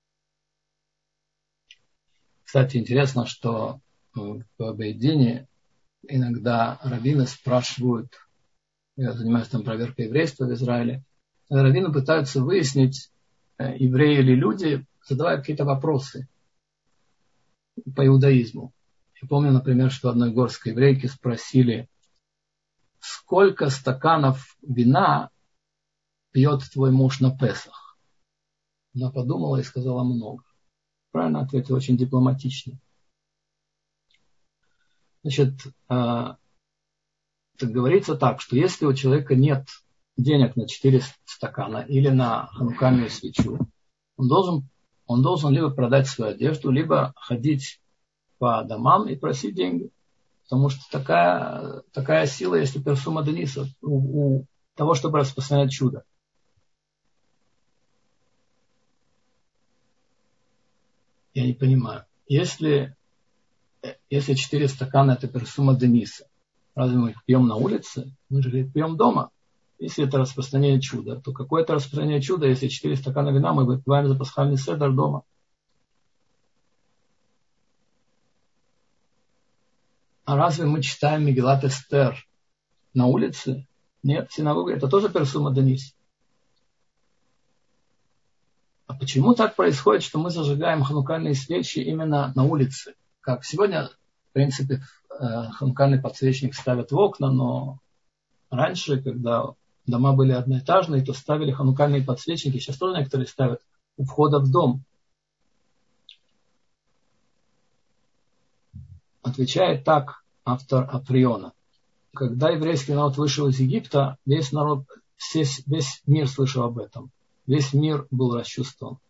Кстати, интересно, что в Бейдине иногда раввины спрашивают, я занимаюсь там проверкой еврейства в Израиле, раввины пытаются выяснить, евреи или люди, задавая какие-то вопросы по иудаизму. Я помню, например, что одной горской еврейке спросили, сколько стаканов вина пьет твой муж на Песах? Она подумала и сказала много. Правильно ответила, очень дипломатично. Значит, так говорится так, что если у человека нет денег на четыре стакана или на ханукальную свечу, он должен, он должен либо продать свою одежду, либо ходить по домам и просить деньги. Потому что такая, такая сила есть у персума Дениса, у, у того, чтобы распространять чудо. Я не понимаю. Если, если четыре стакана это персума Дениса, разве мы их пьем на улице? Мы же их пьем дома. Если это распространение чуда, то какое это распространение чуда, если четыре стакана вина мы выпиваем за пасхальный седер дома? А разве мы читаем Мегилат Эстер на улице? Нет, в синагоге. Это тоже персума Денис. А почему так происходит, что мы зажигаем ханукальные свечи именно на улице? Как сегодня, в принципе, ханукальный подсвечник ставят в окна, но раньше, когда дома были одноэтажные, то ставили ханукальные подсвечники. Сейчас тоже некоторые ставят у входа в дом. Отвечает так автор Априона. Когда еврейский народ вышел из Египта, весь народ, весь, весь мир слышал об этом. Весь мир был расчувствован.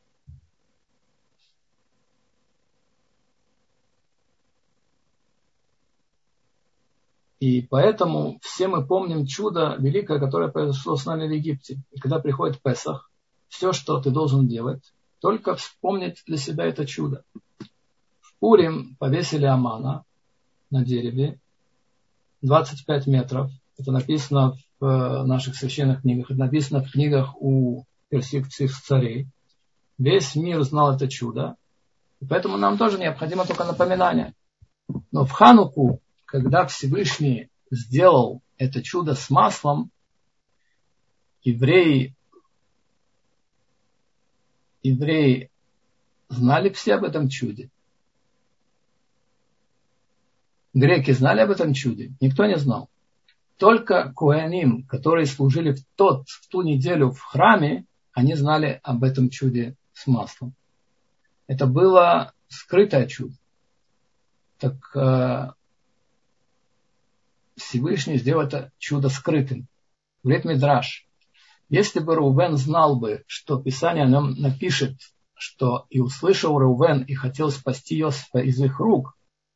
И поэтому все мы помним чудо великое, которое произошло с нами в Египте. И когда приходит Песах, все, что ты должен делать, только вспомнить для себя это чудо. В Пурим повесили Амана на дереве, двадцать пять метров. Это написано в наших священных книгах, это написано в книгах у персидских царей. Весь мир знал это чудо. И поэтому нам тоже необходимо только напоминание. Но в Хануку, когда Всевышний сделал это чудо с маслом, евреи, евреи знали все об этом чуде. Греки знали об этом чуде? Никто не знал. Только коэним, которые служили в, тот, в ту неделю в храме, они знали об этом чуде с маслом. Это было скрытое чудо. Так э, Всевышний сделал это чудо скрытым. Говорит Мидраш, если бы Рувен знал бы, что Писание нам напишет что и услышал Реувен и хотел спасти Иосифа из их рук,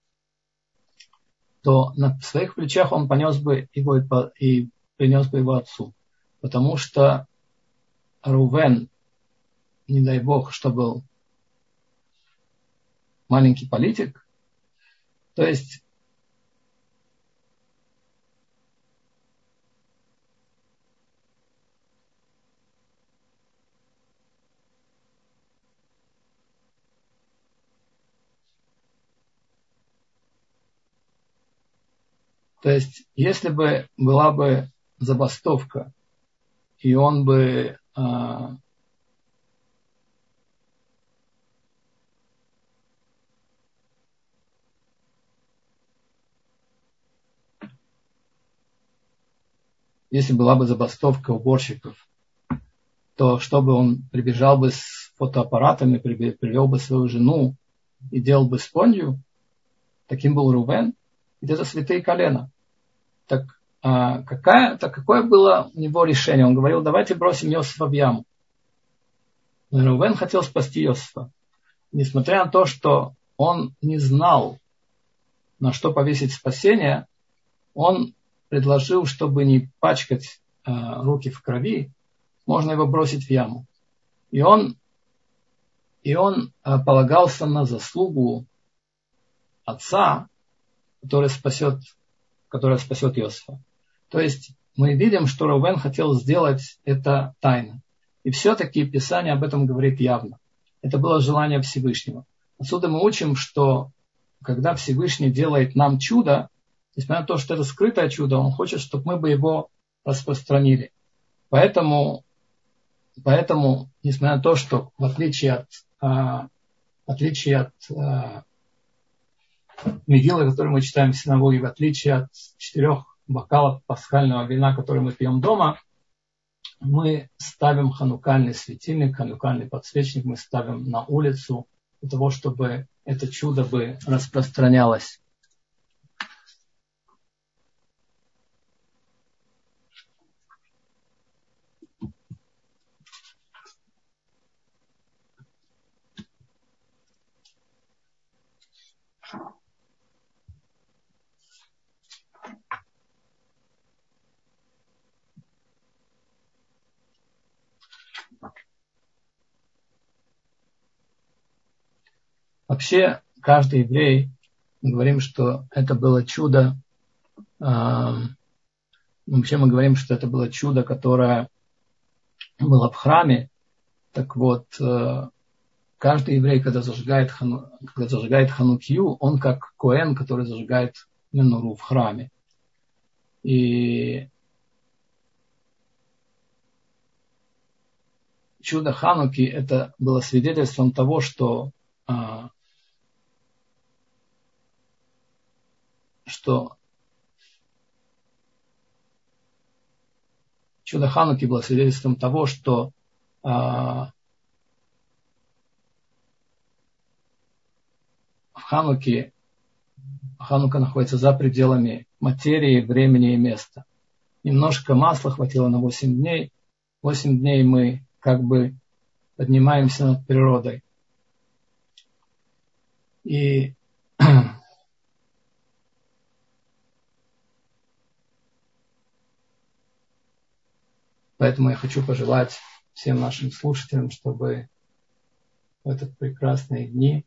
то на своих плечах он понес бы его и принес бы его отцу. Потому что Реувен, не дай бог, что был маленький политик, то есть То есть, если бы была бы забастовка, и он бы а, если была бы забастовка уборщиков, то чтобы он прибежал бы с фотоаппаратами, привел бы свою жену и делал бы спонью, таким был Реувен, ведь это святые колена. Так, а какая, так какое было у него решение? Он говорил, давайте бросим Иосифа в яму. Но Реувен хотел спасти Иосифа. Несмотря на то, что он не знал, на что повесить спасение, он предложил, чтобы не пачкать а, руки в крови, можно его бросить в яму. И он, и он а, полагался на заслугу отца, который спасет, который спасет Иосифа. То есть мы видим, что Реувен хотел сделать это тайно. И все-таки Писание об этом говорит явно. Это было желание Всевышнего. Отсюда мы учим, что когда Всевышний делает нам чудо, несмотря на то, что это скрытое чудо, он хочет, чтобы мы бы его распространили. Поэтому, поэтому несмотря на то, что в отличие от, а, в отличие от а, Мегиллы, которую мы читаем в синагоге, в отличие от четырех бокалов пасхального вина, которые мы пьем дома, мы ставим ханукальный светильник, ханукальный подсвечник, мы ставим на улицу для того, чтобы это чудо бы распространялось. Вообще, каждый еврей, мы говорим, что это было чудо, э, вообще мы говорим, что это было чудо, которое было в храме. Так вот, э, каждый еврей, когда зажигает, хану, когда зажигает ханукию, он как коэн, который зажигает менуру в храме. И чудо Хануки это было свидетельством того, что э, что чудо Хануки было свидетельством того, что а, в Хануке Ханука находится за пределами материи, времени и места. Немножко масла хватило на восемь дней. Восемь дней мы как бы поднимаемся над природой. И поэтому я хочу пожелать всем нашим слушателям, чтобы в этот прекрасные дни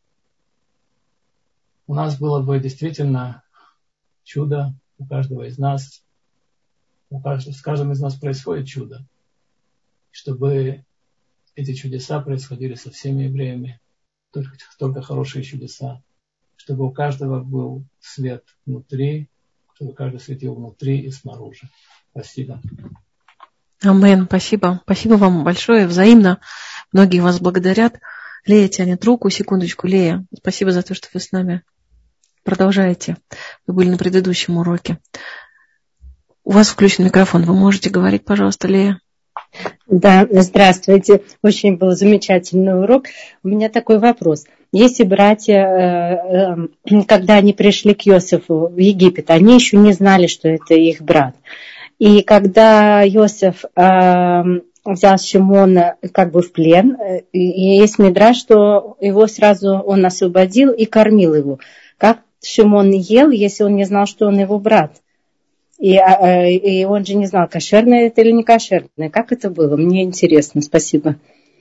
у нас было бы действительно чудо у каждого из нас. У каждого, с каждым из нас происходит чудо. Чтобы эти чудеса происходили со всеми евреями. Только, только хорошие чудеса. Чтобы у каждого был свет внутри, чтобы каждый светил внутри и снаружи. Спасибо. Амен, спасибо. Спасибо вам большое, взаимно. Многие вас благодарят. Лея тянет руку. Секундочку, Лея. Спасибо за то, что вы с нами продолжаете. Вы были на предыдущем уроке. У вас включен микрофон. Вы можете говорить, пожалуйста, Лея. Да, здравствуйте. Очень был замечательный урок. У меня такой вопрос. Если братья, когда они пришли к Иосифу в Египет, они еще не знали, что это их брат. И когда Иосиф э, взял Шимона как бы в плен. И есть мидраш, что его сразу он освободил и кормил его. Как Шимон ел, если он не знал, что он его брат? И, и он же не знал, кошерное это или не кошерное. Как это было? Мне интересно. Спасибо.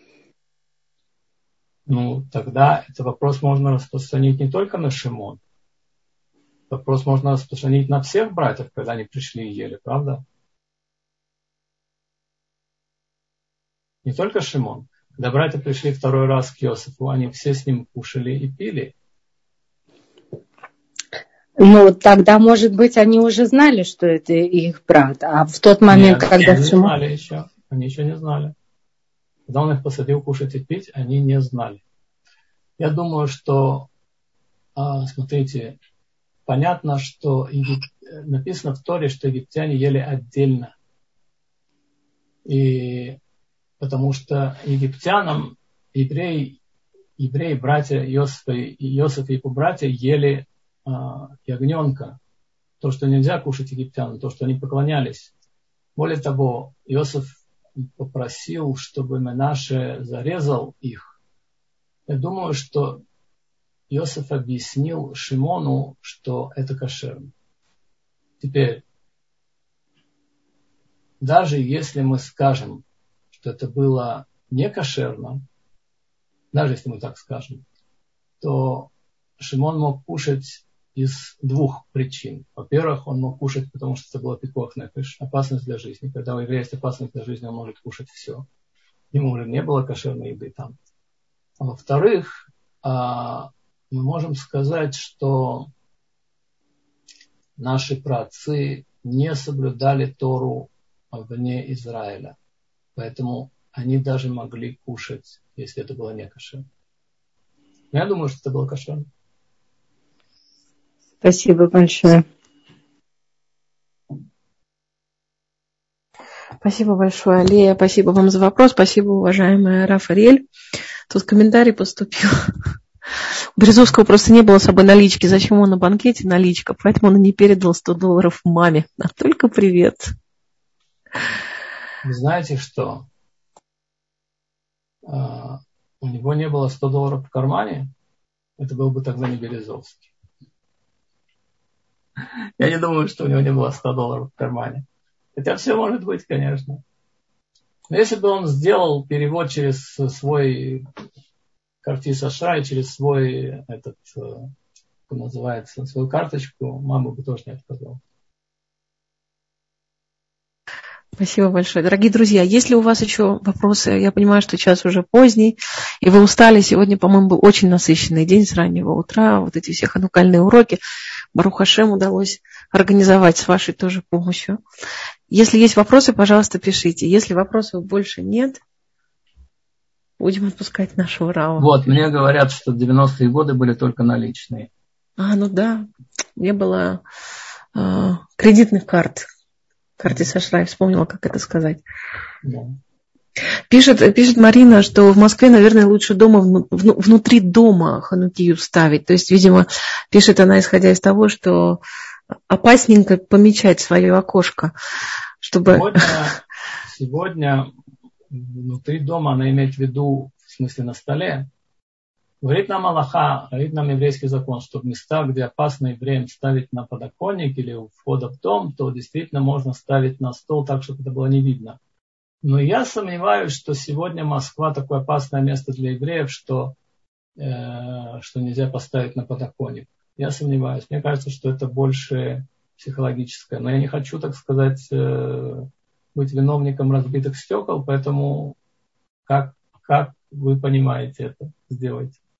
Ну, тогда этот вопрос можно распространить не только на Шимон. Вопрос можно распространить на всех братьев, когда они пришли и ели, правда? Не только Шимон. Когда братья пришли второй раз к Йосефу, они все с ним кушали и пили. Ну, тогда, может быть, они уже знали, что это их брат. А в тот момент, Нет, когда... они не Шимон... знали еще. Они еще не знали. Когда он их посадил кушать и пить, они не знали. Я думаю, что, смотрите, понятно, что егип... написано в Торе, что египтяне ели отдельно. И потому что египтянам евреи, евреи братья Иосифа и Иосиф и его братья ели а, ягненка. То, что нельзя кушать египтянам, то, что они поклонялись. Более того, Иосиф попросил, чтобы Менаше зарезал их. Я думаю, что Иосиф объяснил Шимону, что это кошерно. Теперь, даже если мы скажем, что это было не кошерно, даже если мы так скажем, то Шимон мог кушать из двух причин. Во-первых, он мог кушать, потому что это была пикуах нефеш, опасность для жизни. Когда у еврея есть опасность для жизни, он может кушать все. Ему уже не было кошерной еды там. А во-вторых, мы можем сказать, что наши праотцы не соблюдали Тору вне Израиля. Поэтому они даже могли кушать, если это было не кошерно. Но я думаю, что это было кошерно. Спасибо большое. Спасибо большое, Алия. Спасибо вам за вопрос. Спасибо, уважаемая Рафаэль. Тут комментарий поступил. У Березовского просто не было с собой налички. Зачем он на банкете наличка? Поэтому он и не передал сто долларов маме. А только привет. Вы знаете, что а, у него не было сто долларов в кармане? Это был бы тогда не Березовский. Я не думаю, что у него не было сто долларов в кармане. Хотя все может быть, конечно. Но если бы он сделал перевод через свой картис Ашрай, через свой, этот, как называется, свою карточку, мама бы тоже не отказала. Спасибо большое. Дорогие друзья, есть ли у вас еще вопросы? Я понимаю, что час уже поздний, и вы устали. Сегодня, по-моему, был очень насыщенный день с раннего утра. Вот эти все ханукальные уроки. Барух Ашем удалось организовать с вашей тоже помощью. Если есть вопросы, пожалуйста, пишите. Если вопросов больше нет, будем отпускать нашего Рава. Вот, мне говорят, что в девяностые годы были только наличные. А, ну да. Не было э, кредитных карт. Картис Ашрай, вспомнила, как это сказать. Да. Пишет, пишет Марина, что в Москве, наверное, лучше дома внутри дома ханукию ставить. То есть, видимо, пишет она, исходя из того, что опасненько помечать свое окошко, чтобы... Сегодня, сегодня внутри дома, она имеет в виду, в смысле на столе, говорит нам Аллаха, говорит нам еврейский закон, что в местах, где опасно евреям ставить на подоконник или у входа в дом, то действительно можно ставить на стол так, чтобы это было не видно. Но я сомневаюсь, что сегодня Москва такое опасное место для евреев, что, э, что нельзя поставить на подоконник. Я сомневаюсь. Мне кажется, что это больше психологическое. Но я не хочу, так сказать, э, быть виновником разбитых стекол, поэтому как, как вы понимаете это, сделайте.